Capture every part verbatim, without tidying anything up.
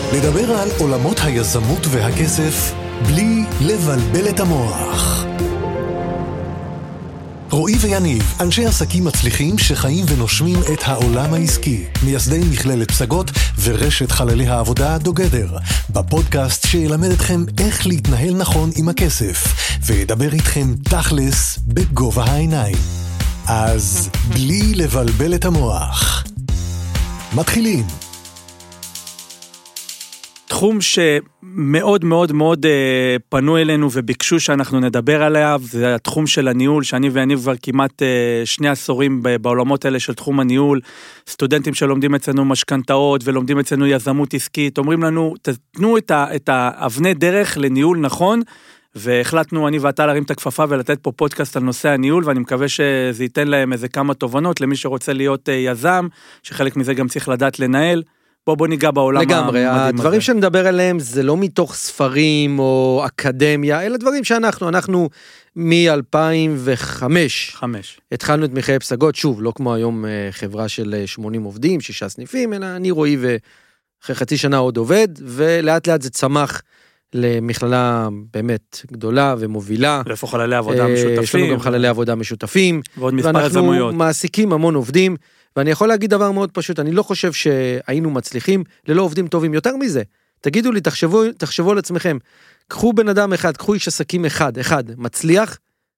לדבר על עולמות היזמות והכסף בלי לבלבל את המוח. רועי ויניב, אנשי עסקים מצליחים שחיים ונושמים את העולם העסקי, מייסדי מכללת פסגות ורשת חללי העבודה דוגדר, בפודקאסט שילמד אתכם איך להתנהל נכון עם הכסף, וידבר איתכם תכלס בגובה העיניים. אז בלי לבלבל את המוח. מתחילים. תחום שמאוד מאוד מאוד אה, פנו אלינו וביקשו שאנחנו נדבר עליו, זה התחום של הניהול, שאני ואני כבר כמעט אה, שני עשורים בעולמות האלה של תחום הניהול, סטודנטים שלומדים אצלנו משכנתאות ולומדים אצלנו יזמות עסקית, אומרים לנו, תתנו את, ה, את האבני דרך לניהול נכון, והחלטנו אני ואתה להרים את הכפפה ולתת פה פודקאסט על נושא הניהול, ואני מקווה שזה ייתן להם איזה כמה תובנות, למי שרוצה להיות אה, יזם, שחלק מזה גם צריך לדעת לנהל, בוא בוא ניגע בעולם לגמרי, הדברים שנדבר עליהם זה לא מתוך ספרים או אקדמיה, אלה דברים שאנחנו, אנחנו מ-אלפיים וחמש חמש. התחלנו את מכללת פסגות, שוב, לא כמו היום חברה של שמונים עובדים, שישה סניפים, אלא אני רועי ואחרי חצי שנה עוד עובד, ולאט לאט זה צמח למכללה באמת גדולה ומובילה. ואיפה חללי עבודה משותפים. יש לנו גם חללי עבודה משותפים. ועוד מספר יזמויות. ואנחנו מעסיקים המון עובדים, ואני יכול להגיד דבר מאוד פשוט, אני לא חושב שהיינו מצליחים ללא עובדים טובים, יותר מזה. תגידו לי, תחשבו, תחשבו על עצמכם, קחו בן אדם אחד, קחו איש עסקים אחד, אחד, מצליח,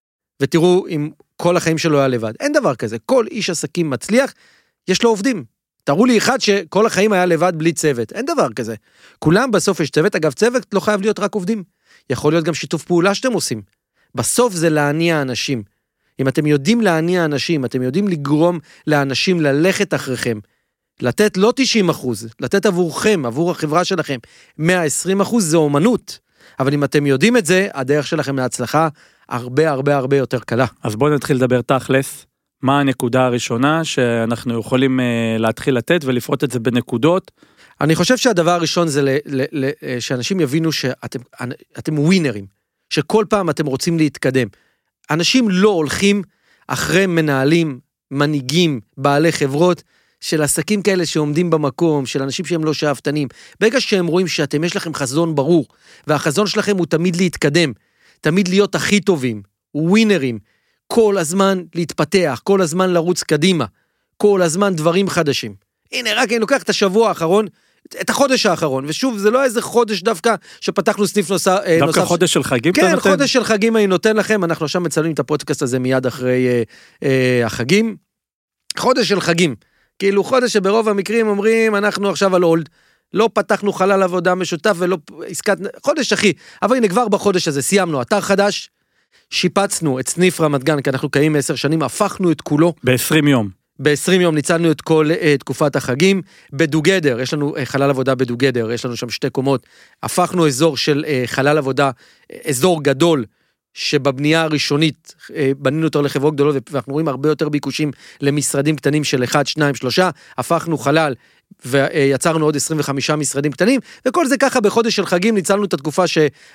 ותראו אם כל החיים שלו היה לבד. אין דבר כזה, כל איש עסקים מצליח, יש לו עובדים. תראו לי אחד שכל החיים היה לבד בלי צוות, אין דבר כזה. כולם בסוף יש צוות, אגב צוות לא חייב להיות רק עובדים, יכול להיות גם שיתוף פעולה שאתם עושים. בסוף זה להניע אנשים. אם אתם יודעים להניע אנשים, אתם יודעים לגרום לאנשים ללכת אחריכם, לתת לא תשעים אחוז, לתת עבורכם, עבור החברה שלכם, מאה ועשרים אחוז זה אומנות. אבל אם אתם יודעים את זה, הדרך שלכם להצלחה הרבה הרבה הרבה יותר קלה. אז בואו נתחיל לדבר תכלס. מה הנקודה הראשונה שאנחנו יכולים להתחיל לתת ולפרוט את זה בנקודות? אני חושב שהדבר הראשון זה ל, ל, ל, שאנשים יבינו שאתם אתם ווינרים, שכל פעם אתם רוצים להתקדם. אנשים לא הולכים אחרי מנהלים, מנהיגים, בעלי חברות, של עסקים כאלה שעומדים במקום, של אנשים שהם לא שאפתנים. ברגע שהם רואים שאתם יש לכם חזון ברור, והחזון שלכם הוא תמיד להתקדם, תמיד להיות הכי טובים, ווינרים, כל הזמן להתפתח, כל הזמן לרוץ קדימה, כל הזמן דברים חדשים. הנה, רק אני לוקח את השבוע האחרון, את החודש האחרון, ושוב, זה לא איזה חודש דווקא שפתחנו סניף נוסף. דווקא נוסף חודש ש... של חגים כן, חודש של חגים אני נותן לכם, אנחנו עכשיו מצלמים את הפודקאסט הזה מיד אחרי אה, אה, החגים. חודש של חגים, כאילו חודש שברוב המקרים אומרים, אנחנו עכשיו על אולד, לא פתחנו חלל עבודה משותף, ולא עסקת, חודש אחי, אבל הנה כבר בחודש הזה, סיימנו אתר חדש, שיפצנו את סניף רמת גן, כי אנחנו קיימים עשר שנים, הפכנו את כולו. ב-עשרים יום. ב-עשרים יום ניצלנו את כל uh, תקופת החגים, בדוגדר, יש לנו uh, חלל עבודה בדוגדר, יש לנו שם שתי קומות, הפכנו אזור של uh, חלל עבודה, uh, אזור גדול, שבבנייה הראשונית uh, בנינו יותר לחברות גדולות, ואנחנו רואים הרבה יותר ביקושים למשרדים קטנים של אחד, שניים, שלושה, הפכנו חלל, ויצרנו עוד עשרים וחמישה משרדים קטנים, וכל זה ככה בחודש של חגים, ניצלנו את התקופה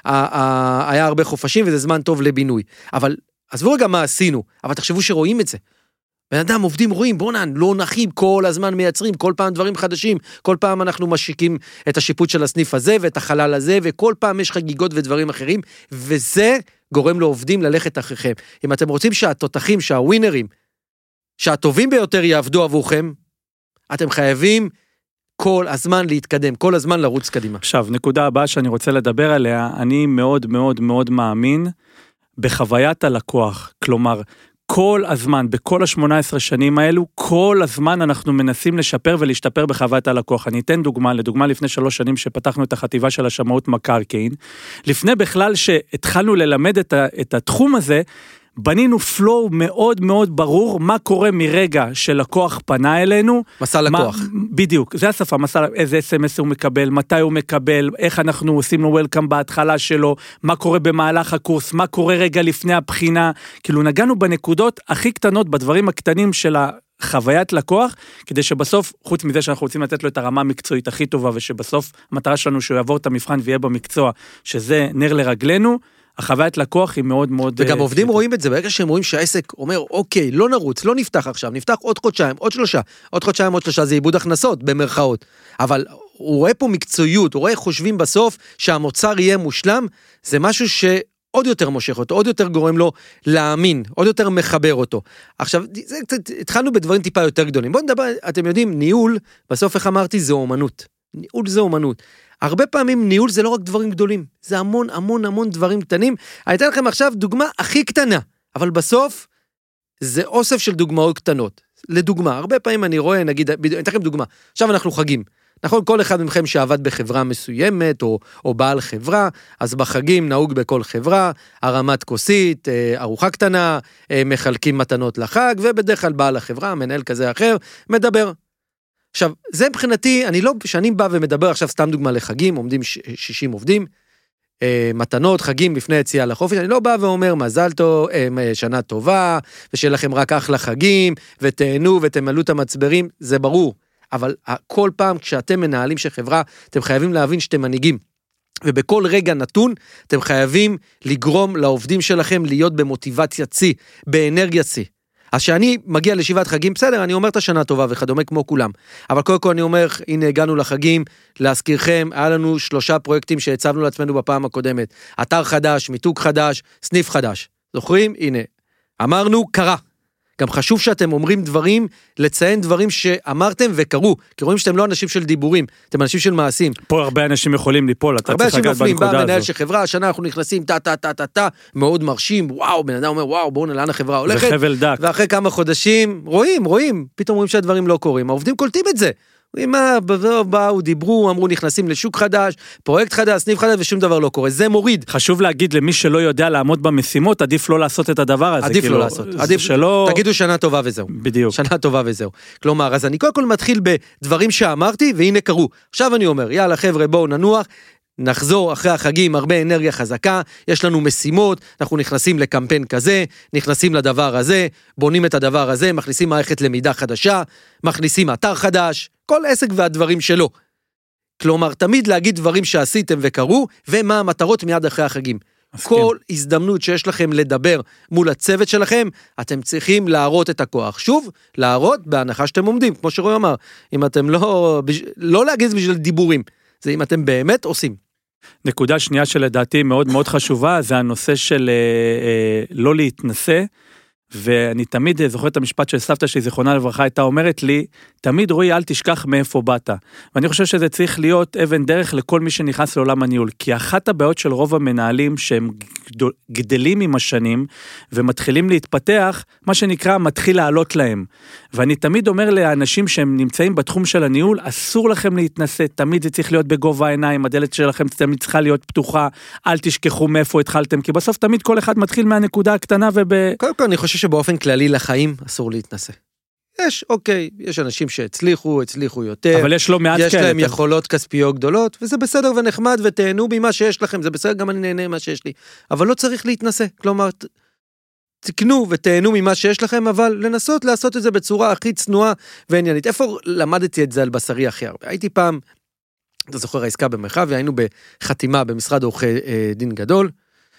שהיה הרבה חופשים, וזה זמן טוב לבינוי. אבל, עזבו רגע מה עשינו, אבל תחשבו שרואים את זה. בן אדם עובדים רואים, בוא נען, לא נחים, כל הזמן מייצרים, כל פעם דברים חדשים, כל פעם אנחנו משיקים את השיפוט של הסניף הזה, ואת החלל הזה, וכל פעם יש חגיגות ודברים אחרים, וזה גורם לעובדים ללכת אחריכם. אם אתם רוצים שהתותחים, שהווינרים, שהטובים ביותר יעבדו עבורכם, אתם חייבים כל הזמן להתקדם, כל הזמן לרוץ קדימה. עכשיו, נקודה הבאה שאני רוצה לדבר עליה, אני מאוד מאוד מאוד מאמין בחוויית הלקוח, כלומר, כל הזמן, בכל ה-שמונה עשרה שנים האלו, כל הזמן אנחנו מנסים לשפר ולהשתפר בחוויית הלקוח. אני אתן דוגמה, לדוגמה לפני שלוש שנים שפתחנו את החטיבה של השמאות מקרקעין, לפני בכלל שהתחלנו ללמד את, ה- את התחום הזה, בנינו פלואו מאוד מאוד ברור, מה קורה מרגע שלקוח פנה אלינו. מסע לקוח. מה, בדיוק, זה השפה, מסע, איזה אס אם אס הוא מקבל, מתי הוא מקבל, איך אנחנו עושים לו וולקאם בהתחלה שלו, מה קורה במהלך הקורס, מה קורה רגע לפני הבחינה, כאילו נגענו בנקודות הכי קטנות, בדברים הקטנים של החוויית לקוח, כדי שבסוף, חוץ מזה שאנחנו רוצים לתת לו את הרמה המקצועית הכי טובה, ושבסוף המטרה שלנו שהוא יעבור את המבחן ויהיה במקצוע, שזה נר לרגלנו, החוויית לקוח היא מאוד מאוד... וגם עובדים רואים את זה, ברגע שהם רואים שהעסק אומר, אוקיי, לא נרוץ, לא נפתח עכשיו, נפתח עוד חודשיים, עוד שלושה, עוד חודשיים, עוד שלושה, זה איבוד הכנסות, במרכאות. אבל הוא רואה פה מקצועיות, הוא רואה חושבים בסוף שהמוצר יהיה מושלם, זה משהו שעוד יותר מושך אותו, עוד יותר גורם לו להאמין, עוד יותר מחבר אותו. עכשיו, זה קצת, התחלנו בדברים טיפה יותר גדולים. בואו נדבר, אתם יודעים, ניהול, בסוף איך אמרתי, זה אומנות. ניהול זה אומנות. הרבה פעמים ניהול זה לא רק דברים גדולים, זה המון המון המון דברים קטנים. אני אתן לכם עכשיו דוגמה הכי קטנה, אבל בסוף זה אוסף של דוגמאות קטנות. לדוגמה, הרבה פעמים אני רואה, נגיד, אני אתן לכם דוגמה, עכשיו אנחנו חגים. נכון, כל אחד מכם שעבד בחברה מסוימת, או, או בעל חברה, אז בחגים נהוג בכל חברה, הרמת כוסית, ארוחה קטנה, מחלקים מתנות לחג, ובדרך כלל בעל החברה, מנהל כזה אחר, מדבר. עכשיו, זה מבחינתי, אני לא, שאני בא ומדבר עכשיו סתם דוגמה לחגים, עומדים שישים עובדים, מתנות, חגים לפני יציאה לחופש, אני לא בא ואומר מזל טוב, שנה טובה, ושיהיה לכם רק אחלה חגים, ותהנו ותמלאו את המצברים, זה ברור. אבל כל פעם כשאתם מנהלים של חברה, אתם חייבים להבין שאתם מנהיגים. ובכל רגע נתון, אתם חייבים לגרום לעובדים שלכם להיות במוטיבציה צי, באנרגיה צי. אז שאני מגיע לשבעת חגים, בסדר, אני אומר את השנה טובה וכדומה כמו כולם. אבל קודם כל אני אומר, הנה הגענו לחגים, להזכירכם, היה לנו שלושה פרויקטים שהצבנו לעצמנו בפעם הקודמת. אתר חדש, מיתוג חדש, סניף חדש. זוכרים? הנה, אמרנו, קרה. גם חשוב שאתם אומרים דברים, לציין דברים שאמרתם וקרו, כי רואים שאתם לא אנשים של דיבורים, אתם אנשים של מעשים. פה הרבה אנשים יכולים ליפול, אתה צריך לגעת בנקודה הזו. בא מנהל של חברה, השנה אנחנו נכנסים, טה, טה, טה, טה, טה, מאוד מרשים, וואו, בן אדם אומר, וואו, בואו נלאן החברה הולכת. וחבל דק. ואחרי כמה חודשים, רואים, רואים, פתאום רואים שהדברים לא קורים, העובדים קולטים את זה. מה, באו, דיברו, אמרו, נכנסים לשוק חדש, פרויקט חדש, סניף חדש, ושום דבר לא קורה. זה מוריד. חשוב להגיד למי שלא יודע לעמוד במשימות, עדיף לא לעשות את הדבר הזה. עדיף לא לעשות. עדיף שלא... תגידו שנה טובה וזהו. בדיוק. שנה טובה וזהו. כלומר, אז אני קודם כל מתחיל בדברים שאמרתי, והנה קרו. עכשיו אני אומר, יאללה חבר'ה, בואו ננוח, נחזור אחרי החגים, הרבה אנרגיה חזקה, יש לנו משימות, אנחנו נכנסים לקמפיין כזה, נכנסים לדבר הזה, בונים את הדבר הזה, מכניסים מערכת למידה חדשה, מכניסים אתר חדש, כל עסק והדברים שלו. כלומר, תמיד להגיד דברים שעשיתם וקרו, ומה המטרות מיד אחרי החגים. כל הזדמנות שיש לכם לדבר מול הצוות שלכם, אתם צריכים להראות את הכוח. שוב, להראות בהנחה שאתם עומדים, כמו שרוי אמר, אם אתם לא, לא להגיד בשביל דיבורים, זה אם אתם באמת עושים. נקודה שנייה שלדעתי מאוד מאוד חשובה, זה הנושא של אה, אה, לא להתנסה, ואני תמיד זוכר את המשפט של סבתא שלי, זיכרונה לברכה, הייתה אומרת לי, תמיד רואי, אל תשכח מאיפה באת. ואני חושב שזה צריך להיות אבן דרך לכל מי שנכנס לעולם הניהול, כי אחת הבעיות של רוב המנהלים, שהם גדלים עם השנים, ומתחילים להתפתח, מה שנקרא, מתחיל לעלות להם. ואני תמיד אומר לאנשים שהם נמצאים בתחום של הניהול, אסור לכם להתנסה, תמיד זה צריך להיות בגובה העיניים, הדלת שלכם תמיד צריכה להיות פתוחה, אל תשכחו מאיפה התחלתם, כי בסוף תמיד כל אחד מתחיל מהנקודה הקטנה וב... קודם כל, אני חושב שבאופן כללי לחיים אסור להתנסה. יש, אוקיי, יש אנשים שהצליחו, הצליחו יותר. אבל יש לא מעט כאלה. יש להם יכולות כספיות גדולות, וזה בסדר ונחמד, ותהנו במה שיש לכם, זה בסדר, גם אני נהנה מה שיש לי. אבל לא צריך להתנסה, כלומר, תקנו ותהנו ממה שיש לכם, אבל לנסות לעשות את זה בצורה הכי צנועה ועניינית. איפה למדתי את זה על בשרי הכי הרבה? הייתי פעם, אתה זוכר העסקה במרחב, והיינו בחתימה במשרד עורכי דין גדול,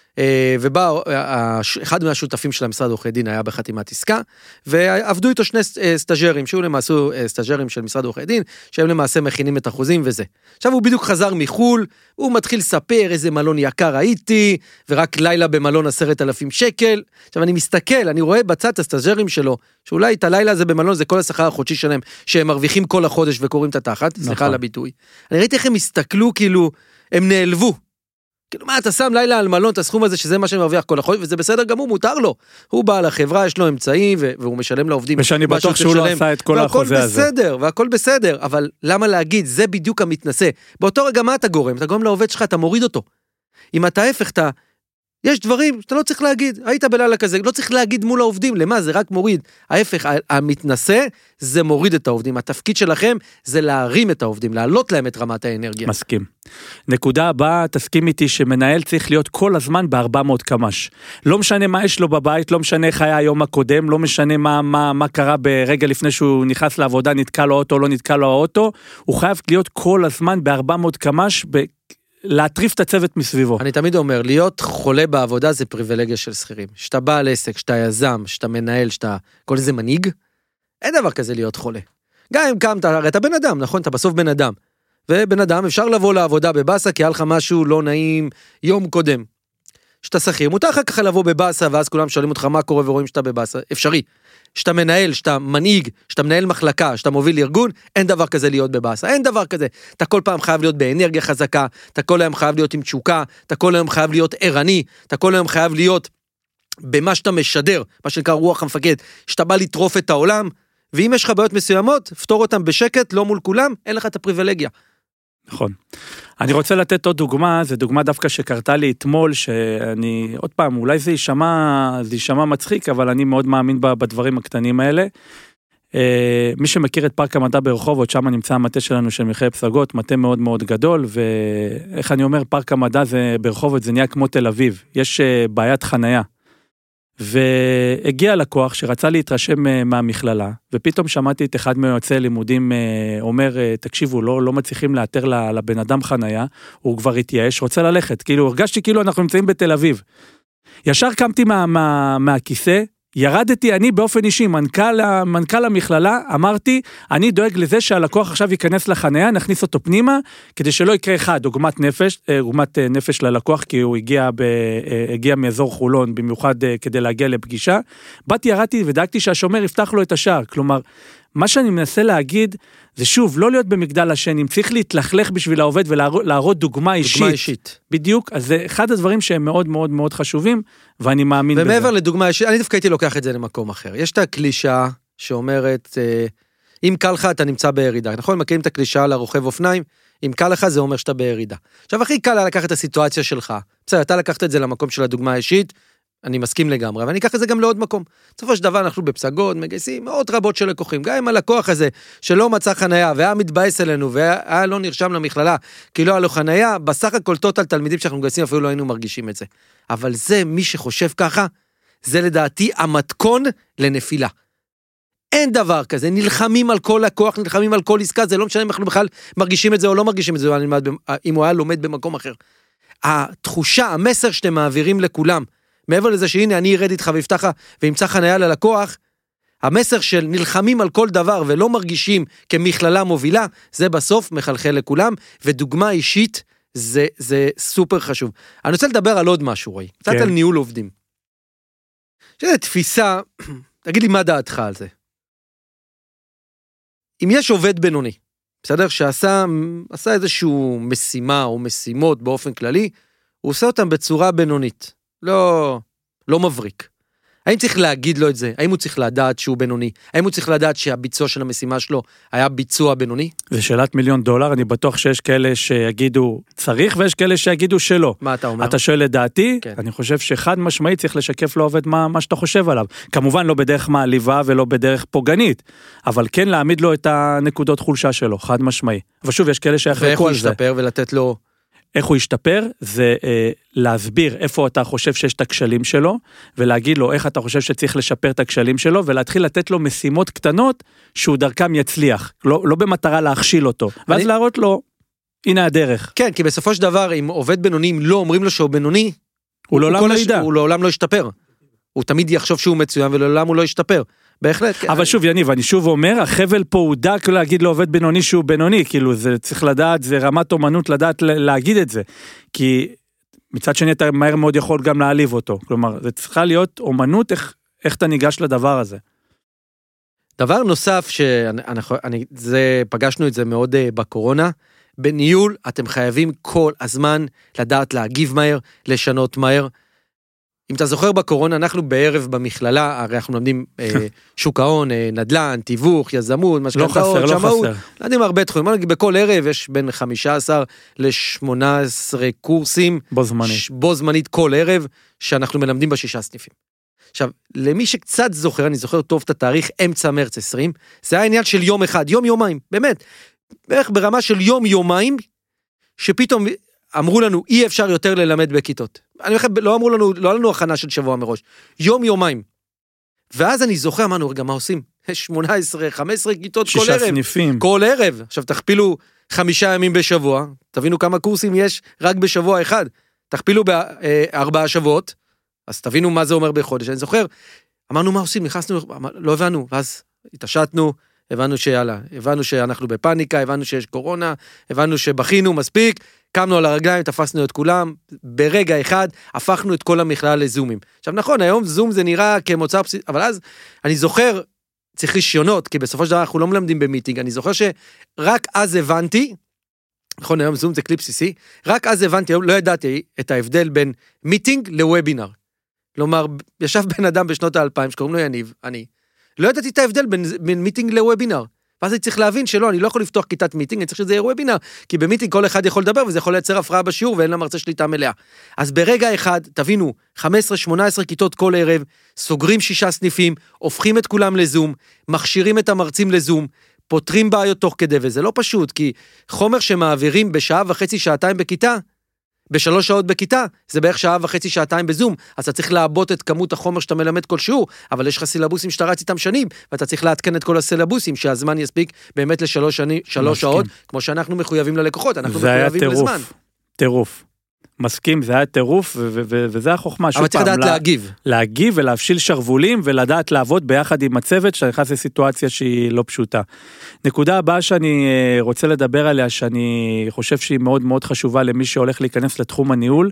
ובא, אחד מהשותפים של המשרד עורכי דין היה בחתימת עסקה, ועבדו איתו שני סטאג'רים, שהוא למעשה סטאג'רים של משרד עורכי דין, שהם למעשה מכינים את החוזים וזה. עכשיו הוא בדיוק חזר מחול, הוא מתחיל לספר איזה מלון יקר הייתי, ורק לילה במלון עשרת אלפים שקל. עכשיו אני מסתכל, אני רואה בצד את הסטאג'רים שלו, שאולי את הלילה הזה במלון זה כל השכר החודשי שלהם, שהם מרוויחים כל החודש וקוראים את התחת, סליחה על הביטוי. אני ראיתי איך הם הסתכלו, כאילו, הם נעלבו. כאילו מה, אתה שם לילה על מלון את הסכום הזה, שזה מה שמרוויח כל החודש, וזה בסדר גמור, מותר לו. הוא בא לחברה, יש לו אמצעים, והוא משלם לעובדים. ושאני בטוח שהוא לא עשה את כל החוזה הזה. והכל בסדר, והכל בסדר, אבל למה להגיד, זה בדיוק המתנסה. באותו רגע מה אתה גורם? אתה גורם לעובד שלך, אתה מוריד אותו. אם אתה ההפך, אתה... יש דברים שאתה לא צריך להגיד, היית בלילה כזה, לא צריך להגיד מול העובדים, למה? זה רק מוריד. ההפך, המתנסה, זה מוריד את העובדים. התפקיד שלכם זה להרים את העובדים, להעלות להם את רמת האנרגיה. מסכים. נקודה הבאה, תסכים איתי שמנהל צריך להיות כל הזמן ב-ארבע מאות קמ"ש. לא משנה מה יש לו בבית, לא משנה איך היה היום הקודם, לא משנה מה, מה, מה קרה ברגע לפני שהוא נכנס לעבודה, נתקע לו האוטו, לא נתקע לו האוטו, הוא חייב להיות כל הזמן ב-ארבע מאות קמ"ש, ב... להטריף את הצוות מסביבו. אני תמיד אומר, להיות חולה בעבודה זה פריבילגיה של שכירים. שאתה בעל עסק, שאתה יזם, שאתה מנהל, שאתה כל איזה מנהיג, אין דבר כזה להיות חולה. גם אם קמת, הרי אתה בן אדם, נכון? אתה בסוף בן אדם. ובן אדם אפשר לבוא לעבודה בבאסה, כי היה לך משהו לא נעים יום קודם. שאתה שכיר, מותר אחר כך לבוא בבאסה, ואז כולם שואלים אותך מה קורה ורואים שאתה בבאסה, אפשרי. שאתה מנהל, שאתה מנהיג, שאתה מנהל מחלקה, שאתה מוביל ארגון, אין דבר כזה להיות בבאסה, אין דבר כזה. אתה כל פעם חייב להיות באנרגיה חזקה, אתה כל היום חייב להיות עם תשוקה, אתה כל היום חייב להיות ערני, אתה כל היום חייב להיות במה שאתה משדר, מה שנקרא רוח המפקד, שאתה בא לטרוף את העולם, ואם יש לך בעיות מסוימות, פתור אותם בשקט, לא מול כולם, אין לך את הפריבילגיה. נכון. אני רוצה לתת עוד דוגמה, זו דוגמה דווקא שקרתה לי אתמול, שאני, עוד פעם, אולי זה יישמע, זה יישמע מצחיק, אבל אני מאוד מאמין בדברים הקטנים האלה. מי שמכיר את פארק המדע ברחובות, שם נמצא המטה שלנו של מיכאל פסגות, מטה מאוד מאוד גדול, ואיך אני אומר, פארק המדע זה ברחובות, זה נהיה כמו תל אביב, יש בעיית חנייה. והגיע לקוח שרצה להתרשם מהמכללה, ופתאום שמעתי את אחד מיועצי לימודים אומר, תקשיבו, לא, לא מצליחים לאתר לבן אדם חנייה, הוא כבר התייאש, רוצה ללכת, כאילו הרגשתי כאילו אנחנו נמצאים בתל אביב. ישר קמתי מה, מה, מהכיסא, ירדתי אני באופן אישי, מנכ"ל, מנכ"ל המכללה, אמרתי, אני דואג לזה שהלקוח עכשיו ייכנס לחנייה, נכניס אותו פנימה, כדי שלא יקרה אחד, עוגמת נפש, עוגמת נפש ללקוח, כי הוא הגיע, ב, הגיע מאזור חולון, במיוחד כדי להגיע לפגישה. באתי, ירדתי ודאגתי שהשומר יפתח לו את השער, כלומר, מה שאני מנסה להגיד, זה שוב, לא להיות במגדל השני, צריך להתלכלך בשביל העובד ולהראות דוגמה אישית. דוגמה אישית. בדיוק, אז זה אחד הדברים שהם מאוד מאוד מאוד חשובים, ואני מאמין בזה. ומעבר לדוגמה אישית, אני דווקא הייתי לוקח את זה למקום אחר. יש את הקלישה שאומרת, אם קל לך אתה נמצא בירידה. נכון, מכירים את הקלישה לרוכב אופניים, אם קל לך זה אומר שאתה בירידה. עכשיו, הכי קל לקחת את הסיטואציה שלך. בסדר, אתה לקחת את זה למקום של הדוגמה האישית, אני מסכים לגמרי, ואני אקח את זה גם לעוד מקום. בסופו של דבר אנחנו בפסגות, מגייסים מאות רבות של לקוחים, גם עם הלקוח הזה, שלא מצא חנייה, והיה מתבאס אלינו, והיה לא נרשם למכללה, כי לא היה לו חנייה, בסך הכל טוטל תלמידים שאנחנו מגייסים, אפילו לא היינו מרגישים את זה. אבל זה, מי שחושב ככה, זה לדעתי המתכון לנפילה. אין דבר כזה, נלחמים על כל לקוח, נלחמים על כל עסקה, זה לא משנה אם אנחנו בכלל מרגישים את זה או לא מרגישים את זה, אם הוא היה לומד במקום אחר. התחושה, המסר שאתם מעבירים לכולם, מעבר לזה שהנה אני ארד איתך ויפתח וימצא חנייה ללקוח, המסר של נלחמים על כל דבר ולא מרגישים כמכללה מובילה, זה בסוף מחלחל לכולם, ודוגמה אישית זה, זה סופר חשוב. אני רוצה לדבר על עוד משהו, רואי, קצת כן. על ניהול עובדים. שזו תפיסה, תגיד לי מה דעתך על זה. אם יש עובד בינוני, בסדר? שעשה עשה איזשהו משימה או משימות באופן כללי, הוא עושה אותם בצורה בינונית. לא, לא מבריק. האם צריך להגיד לו את זה? האם הוא צריך לדעת שהוא בינוני? האם הוא צריך לדעת שהביצוע של המשימה שלו היה ביצוע בינוני? זה שאלת מיליון דולר, אני בטוח שיש כאלה שיגידו צריך, ויש כאלה שיגידו שלא. מה אתה אומר? אתה שואל לדעתי, כן. אני חושב שחד משמעית צריך לשקף לעובד מה, מה שאתה חושב עליו. כמובן לא בדרך מעליבה ולא בדרך פוגנית, אבל כן להעמיד לו את הנקודות חולשה שלו, חד משמעי. אבל שוב, יש כאלה שיחלקו על זה. ואיך הוא ישתפר ולתת לו... איך הוא ישתפר, זה אה, להסביר איפה אתה חושב שיש את הכשלים שלו, ולהגיד לו איך אתה חושב שצריך לשפר את הכשלים שלו, ולהתחיל לתת לו משימות קטנות, שהוא דרכם יצליח, לא, לא במטרה להכשיל אותו, ואז אני... להראות לו, הנה הדרך. כן, כי בסופו של דבר, אם עובד בינוני, אם לא אומרים לו שהוא בינוני, הוא לעולם לא ידע. הוא לעולם לא ישתפר. הוא תמיד יחשוב שהוא מצוין, ולעולם הוא לא ישתפר. בהחלט. אבל שוב, יניב, אני שוב אומר, החבל פה הוא דק להגיד לעובד בינוני שהוא בינוני, כאילו זה צריך לדעת, זה רמת אומנות לדעת להגיד את זה, כי מצד שני אתה מהר מאוד יכול גם להעליב אותו, כלומר, זה צריכה להיות אומנות איך, איך אתה ניגש לדבר הזה. דבר נוסף, שאני, זה, פגשנו את זה מאוד בקורונה, בניהול אתם חייבים כל הזמן לדעת להגיב מהר, לשנות מהר, אם אתה זוכר בקורונה, אנחנו בערב במכללה, הרי אנחנו לומדים אה, שוק ההון, אה, נדל"ן, תיווך, יזמות, משכנתאות, שמאות, למדים הרבה תחומים, בכל ערב יש בין חמישה עשר ל-שמונה עשרה קורסים, בו זמנית. בו זמנית כל ערב, שאנחנו מלמדים בשישה סניפים. עכשיו, למי שקצת זוכר, אני זוכר טוב את התאריך, אמצע מרץ עשרים, זה היה עניין של יום אחד, יום יומיים, באמת, בערך ברמה של יום יומיים, שפתאום אמרו לנו, אי אפשר יותר ללמד בכיתות. אני חושב, לא אמרו לנו, לא לנו הכנה של שבוע מראש. יום, יומיים. ואז אני זוכר, אמרנו, רגע, מה עושים? שמונה עשרה, חמש עשרה כיתות כל ערב. שישה סניפים. כל ערב. עכשיו, תכפילו חמישה ימים בשבוע, תבינו כמה קורסים יש רק בשבוע אחד. תכפילו בארבעה שבועות, אז תבינו מה זה אומר בחודש. אני זוכר, אמרנו, מה עושים? נכנסנו, לא הבנו, ואז התעשתנו, הבנו שיאללה, הבנו שאנחנו בפאניקה, הבנו שיש קורונה, הבנו שבכינו מספיק, קמנו על הרגליים, תפסנו את כולם, ברגע אחד הפכנו את כל המכלל לזומים. עכשיו נכון, היום זום זה נראה כמוצר בסיסי, אבל אז אני זוכר, צריך רישיונות, כי בסופו של דבר אנחנו לא מלמדים במיטינג, אני זוכר שרק אז הבנתי, נכון, היום זום זה כלי בסיסי, רק אז הבנתי, היום לא ידעתי את ההבדל בין מיטינג לוובינר. כלומר, ישב בן אדם בשנות האלפיים, שקוראים לו יניב, אני, לא ידעתי את ההבדל בין, בין מיטינג לוובינר. ואז אני צריך להבין שלא, אני לא יכול לפתוח כיתת מיטינג, אני צריך שזה יהיה וובינר, כי במיטינג כל אחד יכול לדבר, וזה יכול לייצר הפרעה בשיעור, ואין למרצה שליטה מלאה. אז ברגע אחד, תבינו, חמש עשרה שמונה עשרה כיתות כל ערב, סוגרים שישה סניפים, הופכים את כולם לזום, מכשירים את המרצים לזום, פותרים בעיות תוך כדי, וזה לא פשוט, כי חומר שמעבירים בשעה וחצי, שעתיים בכיתה, בשלוש שעות בכיתה, זה בערך שעה וחצי, שעתיים בזום, אז אתה צריך לעבות את כמות החומר שאתה מלמד כל שיעור, אבל יש לך סילבוסים שאתה רץ איתם שנים, ואתה צריך להתקן את כל הסילבוסים, שהזמן יספיק באמת לשלוש שני, שלוש שעות, כמו שאנחנו מחויבים ללקוחות, אנחנו מחויבים לזמן. טירוף. מסכים, זה היה טירוף, וזה החוכמה. אבל צריך לדעת להגיב. להגיב ולהפשיל שרבולים, ולדעת לעבוד ביחד עם הצוות, שנכנס לסיטואציה שהיא לא פשוטה. נקודה הבאה שאני רוצה לדבר עליה, שאני חושב שהיא מאוד מאוד חשובה למי שהולך להיכנס לתחום הניהול,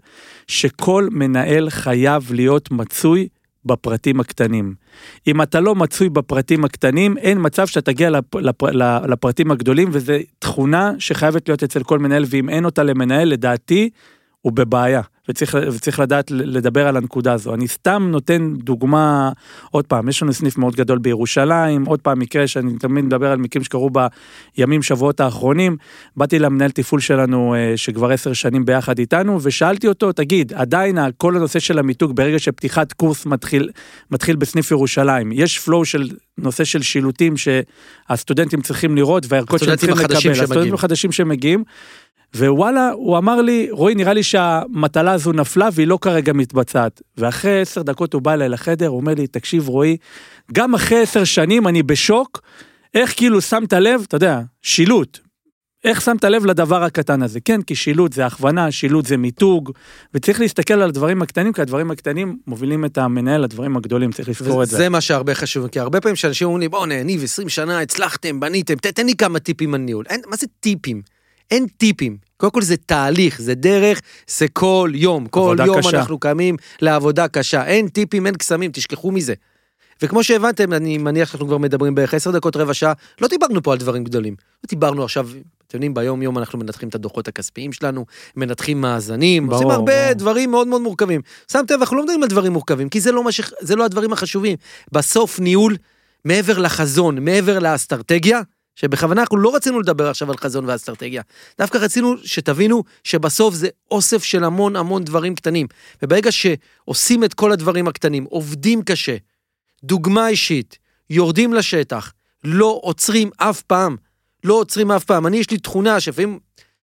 שכל מנהל חייב להיות מצוי בפרטים הקטנים. אם אתה לא מצוי בפרטים הקטנים, אין מצב שאתה תגיע לפ, לפ, לפרטים הגדולים, וזו תכונה שחייבת להיות אצל כל מנהל, ואם אין אותה למנהל, לדעתי, הוא בבעיה, וצריך, וצריך לדעת לדבר על הנקודה הזו. אני סתם נותן דוגמה, עוד פעם, יש לנו סניף מאוד גדול בירושלים, עוד פעם מקרה שאני תמיד מדבר על מקרים שקרו בימים, שבועות האחרונים, באתי למנהל טיפול שלנו, שכבר עשר שנים ביחד איתנו, ושאלתי אותו, תגיד, עדיין כל הנושא של המיתוג, ברגע שפתיחת קורס מתחיל, מתחיל בסניף ירושלים, יש פלואו של נושא של שילוטים, שהסטודנטים צריכים לראות, והערכות שהם צריכים לקבל, הסטודנטים החדשים שמגיעים, ווואלה, הוא אמר לי, רואי, נראה לי שהמטלה הזו נפלה, והיא לא כרגע מתבצעת. ואחרי עשר דקות הוא בא אליי לחדר, הוא אומר לי, תקשיב רואי, גם אחרי עשר שנים אני בשוק, איך כאילו שמת לב, אתה יודע, שילוט, איך שמת לב לדבר הקטן הזה? כן, כי שילוט זה הכוונה, שילוט זה מיתוג, וצריך להסתכל על הדברים הקטנים, כי הדברים הקטנים מובילים את המנהל לדברים הגדולים, צריך לזכור את זה. זה מה שהרבה חשוב, כי הרבה פעמים שאנשים אומרים לי, בוא נעניב עשרים שנה, הצלחתם, בניתם, תן לי כמה טיפים על ניהול. אין, מה זה טיפים? אין טיפים, קודם כל זה תהליך, זה דרך, זה כל יום, כל יום קשה. אנחנו קמים לעבודה קשה, אין טיפים, אין קסמים, תשכחו מזה. וכמו שהבנתם, אני מניח שאנחנו כבר מדברים בערך עשר דקות, רבע שעה, לא דיברנו פה על דברים גדולים, לא דיברנו עכשיו, אתם יודעים, ביום יום אנחנו מנתחים את הדוחות הכספיים שלנו, מנתחים מאזנים, ברור, עושים הרבה ברור. דברים מאוד מאוד מורכבים. שמתם, אנחנו לא מדברים על דברים מורכבים, כי זה לא, משך, זה לא הדברים החשובים. בסוף ניהול, מעבר לחזון, מעבר לאסטרטגיה, שבכוונה אנחנו לא רצינו לדבר עכשיו על חזון ואסטרטגיה, דווקא רצינו שתבינו שבסוף זה אוסף של המון המון דברים קטנים, וברגע שעושים את כל הדברים הקטנים, עובדים קשה, דוגמה אישית, יורדים לשטח, לא עוצרים אף פעם, לא עוצרים אף פעם, אני יש לי תכונה שפעמים,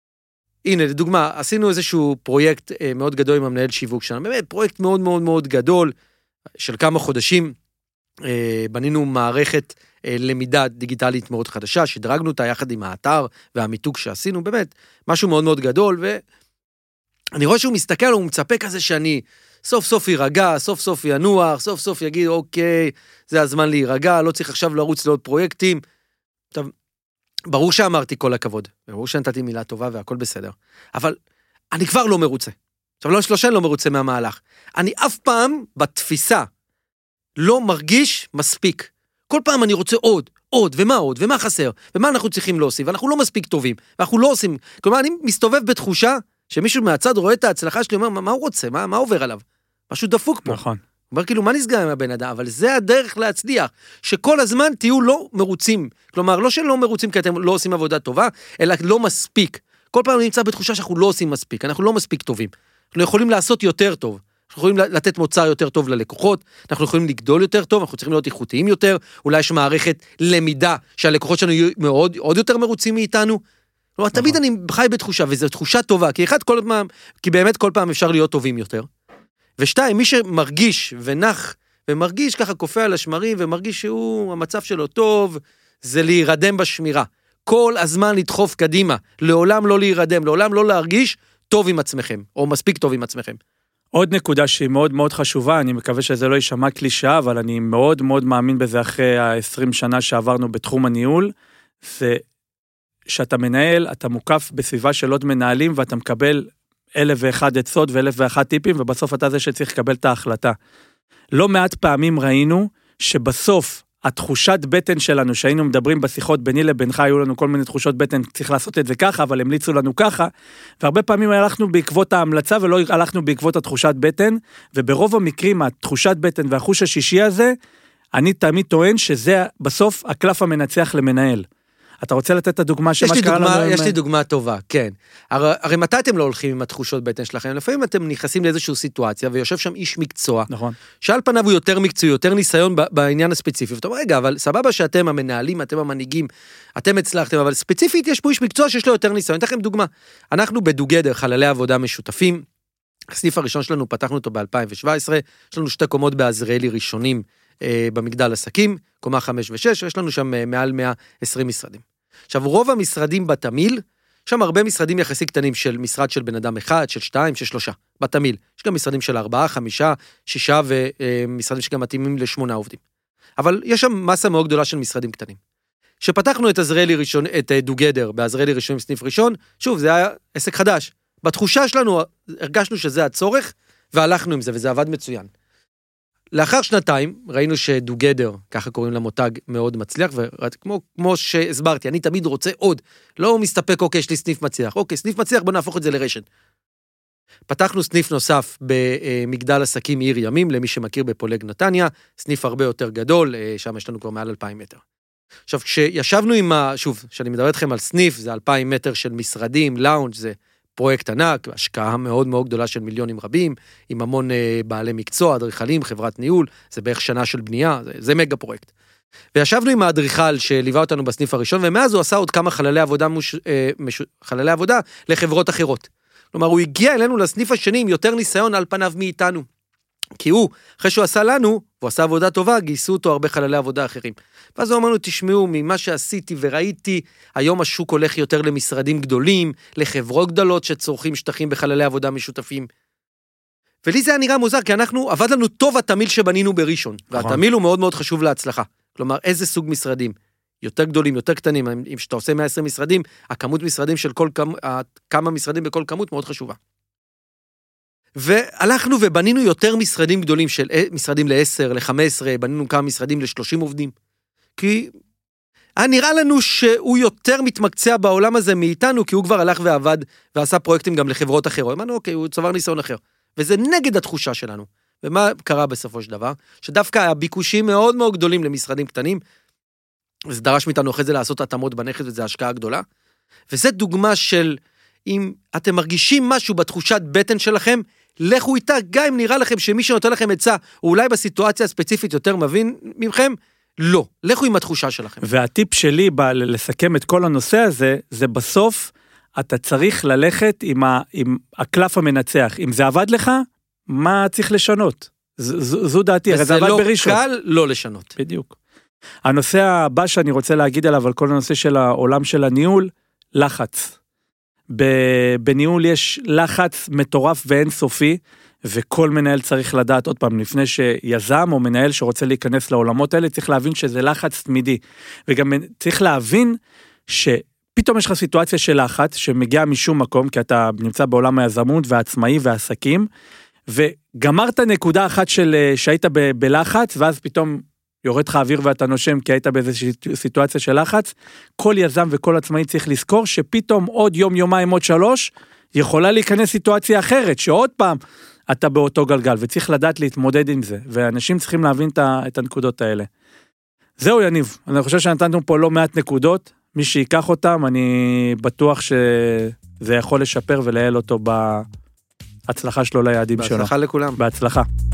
הנה לדוגמה, עשינו איזשהו פרויקט מאוד גדול עם המנהל שיווק שלנו, באמת פרויקט מאוד מאוד מאוד גדול, של כמה חודשים, בנינו מערכת למידה דיגיטלית מאוד חדשה, שדרגנו אותה יחד עם האתר והמיתוג שעשינו, באמת, משהו מאוד מאוד גדול, ואני רואה שהוא מסתכל, הוא מצפה כזה שאני סוף סוף יירגע, סוף סוף ינוח, סוף סוף יגיד, אוקיי, זה הזמן להירגע, לא צריך עכשיו לרוץ לעוד פרויקטים. טוב, ברור שאמרתי כל הכבוד, ברור שנתתי מילה טובה והכל בסדר, אבל אני כבר לא מרוצה. עכשיו, לא שלושה לא מרוצה מהמהלך. אני אף פעם בתפיסה לא מרגיש מספיק. כל פעם אני רוצה עוד, עוד, ומה עוד, ומה חסר, ומה אנחנו צריכים להוסיף, ואנחנו לא מספיק טובים, ואנחנו לא עושים, כלומר, אני מסתובב בתחושה, שמישהו מהצד רואה את ההצלחה שלי, אומר, מה, מה הוא רוצה, מה, מה עובר עליו? משהו דפוק פה. נכון. הוא אומר, כאילו, מה נסגר עם הבן אדם? אבל זה הדרך להצליח, שכל הזמן תהיו לא מרוצים, כלומר, לא שלא מרוצים, כי אתם לא עושים עבודה טובה, אלא לא מספיק. כל פעם אני נמצא בתחושה שאנחנו לא עושים מספיק, אנחנו לא מספיק טובים. אנחנו יכולים לעשות יותר טוב. אנחנו יכולים לתת מוצר יותר טוב ללקוחות, אנחנו יכולים לגדול יותר טוב, אנחנו צריכים להיות איכותיים יותר, אולי יש מערכת למידה שהלקוחות שלנו יהיו מאוד, עוד יותר מרוצים מאיתנו. כלומר, תמיד אני חי בתחושה, וזו תחושה טובה, כי אחד כל פעם, כי באמת כל פעם אפשר להיות טובים יותר. ושתיים, מי שמרגיש ונח, ומרגיש ככה קופא על השמרים, ומרגיש שהוא, המצב שלו טוב, זה להירדם בשמירה. כל הזמן לדחוף קדימה, לעולם לא להירדם, לעולם לא להרגיש טוב עם עצמכם, או מספיק טוב עם עצמכם. עוד נקודה שהיא מאוד מאוד חשובה, אני מקווה שזה לא יישמע קלישאה, אבל אני מאוד מאוד מאמין בזה אחרי ה-עשרים שנה שעברנו בתחום הניהול, זה שאתה מנהל, אתה מוקף בסביבה של עוד מנהלים, ואתה מקבל אלף ואחד עצות ואלף ואחד טיפים, ובסוף אתה זה שצריך לקבל את ההחלטה. לא מעט פעמים ראינו שבסוף התחושת בטן שלנו, שהיינו מדברים בשיחות ביני לבינך, היו לנו כל מיני תחושות בטן, צריך לעשות את זה ככה, אבל המליצו לנו ככה, והרבה פעמים הלכנו בעקבות ההמלצה, ולא הלכנו בעקבות התחושת בטן, וברוב המקרים, התחושת בטן והחוש השישי הזה, אני תמיד טוען שזה בסוף הקלף המנצח למנהל. אתה רוצה לתת את הדוגמה שמה שקרה לנו? יש לי דוגמה טובה, כן. הרי, הרי מתי אתם לא הולכים עם התחושות בטן שלכם? לפעמים אתם נכנסים לאיזושהי סיטואציה, ויושב שם איש מקצוע, נכון. שעל פניו הוא יותר מקצועי, יותר ניסיון בעניין הספציפי, ואתה אומר, רגע, אבל סבבה שאתם המנהלים, אתם המנהיגים, אתם הצלחתם, אבל ספציפית יש פה איש מקצוע שיש לו יותר ניסיון. אני אתן לכם דוגמה. אנחנו בדוגדר, חללי עבודה משותפים, הסניף הראשון שלנו, פתחנו אותו ב-אלפיים שבע עשרה, יש לנו שתי קומות בעזריאלי ראשונים אה, במגדל עסקים, קומה חמש ושש, יש לנו שם אה, מעל מאה ועשרים משרדים. עכשיו, רוב המשרדים בתמיל, שם הרבה משרדים יחסי קטנים של משרד של בן אדם אחד, של שתיים, של שלושה, בתמיל. יש גם משרדים של ארבעה, חמישה, שישה, ומשרדים שגם מתאימים לשמונה עובדים. אבל יש שם מסה מאוד גדולה של משרדים קטנים. שפתחנו את עזריאלי ראשון, את דוגדר, בעזריאלי ראשון עם סניף ראשון, שוב, זה היה עסק חדש. בתחושה שלנו, הרגשנו שזה הצורך, והלכנו עם זה, וזה עבד מצוין. לאחר שנתיים, ראינו שדוגדר, ככה קוראים למותג, מאוד מצליח, וכמו כמו שהסברתי, אני תמיד רוצה עוד, לא מסתפק, אוקיי, יש לי סניף מצליח, אוקיי, סניף מצליח, בוא נהפוך את זה לרשת. פתחנו סניף נוסף במגדל עסקים עיר ימים, למי שמכיר בפולג נתניה, סניף הרבה יותר גדול, שם יש לנו כבר מעל אלפיים מטר. עכשיו, כשישבנו עם ה... שוב, שאני מדבר אתכם על סניף, זה אלפיים מטר של משרדים, לאונג' זה פרויקט ענק, השקעה מאוד מאוד גדולה של מיליונים רבים, עם המון אה, בעלי מקצוע, אדריכלים, חברת ניהול, זה בערך שנה של בנייה, זה, זה מגה פרויקט. וישבנו עם האדריכל שליווה אותנו בסניף הראשון, ומאז הוא עשה עוד כמה חללי עבודה, מוש, אה, מש, חללי עבודה לחברות אחרות. כלומר, הוא הגיע אלינו לסניף השני עם יותר ניסיון על פניו מאיתנו. כי הוא, אחרי שהוא עשה לנו, והוא עשה עבודה טובה, גייסו אותו הרבה חללי עבודה אחרים. ואז הוא אמרנו, תשמעו, ממה שעשיתי וראיתי, היום השוק הולך יותר למשרדים גדולים, לחברות גדולות שצורכים שטחים בחללי עבודה משותפים. ולי זה היה נראה מוזר, כי אנחנו, עבד לנו טוב התמיל שבנינו בראשון, והתמיל הוא מאוד מאוד חשוב להצלחה. כלומר, איזה סוג משרדים? יותר גדולים, יותר קטנים, אם שאתה עושה מאה ועשרים משרדים, הכמות משרדים של כל כמה משרדים בכל כמות מאוד חשובה. והלכנו ובנינו יותר משרדים גדולים של משרדים ל-עשר, ל-חמש עשרה, בנינו כמה משרדים ל-שלושים עובדים. כי היה נראה לנו שהוא יותר מתמקצע בעולם הזה מאיתנו, כי הוא כבר הלך ועבד ועשה פרויקטים גם לחברות אחרות. אמרנו, אוקיי, הוא צובר ניסיון אחר. וזה נגד התחושה שלנו. ומה קרה בסופו של דבר? שדווקא הביקושים מאוד מאוד גדולים למשרדים קטנים, וזה דרש מאיתנו אחרי זה לעשות התאמות בנכס, וזו השקעה גדולה. וזה דוגמה של, אם אתם מרגישים משהו בתחושת בטן שלכם, לכו איתה, גם אם נראה לכם שמי שנותן לכם עצה, הוא אולי בסיטואציה הספציפית יותר מבין ממכם, לא, לכו עם התחושה שלכם. והטיפ שלי בא לסכם את כל הנושא הזה, זה בסוף, אתה צריך ללכת עם, ה, עם הקלף המנצח. אם זה עבד לך, מה צריך לשנות? ז, ז, זו דעתי, הרי זה עבד בראשון. וזה לא קל לא לשנות. בדיוק. הנושא הבא שאני רוצה להגיד עליו, על כל הנושא של העולם של הניהול, לחץ. בניהול יש לחץ מטורף ואינסופי, וכל מנהל צריך לדעת, עוד פעם, לפני שיזם או מנהל שרוצה להיכנס לעולמות האלה, צריך להבין שזה לחץ תמידי, וגם צריך להבין שפתאום יש לך סיטואציה של לחץ, שמגיע משום מקום, כי אתה נמצא בעולם היזמות והעצמאי והעסקים, וגמרת נקודה אחת של, שהיית ב, בלחץ, ואז פתאום יורד לך אוויר ואתה נושם, כי היית באיזושהי סיטואציה של לחץ, כל יזם וכל עצמאי צריך לזכור, שפתאום עוד יום, יומיים, עוד שלוש, יכולה להיכנס סיטואציה אחרת, שעוד פעם אתה באותו גלגל, וצריך לדעת להתמודד עם זה, ואנשים צריכים להבין את הנקודות האלה. זהו יניב, אני חושב שנתנו פה לא מעט נקודות, מי שיקח אותם, אני בטוח שזה יכול לשפר ולהעל אותו בהצלחה שלו ליעדים שלו. בהצלחה לכולם. בהצלחה.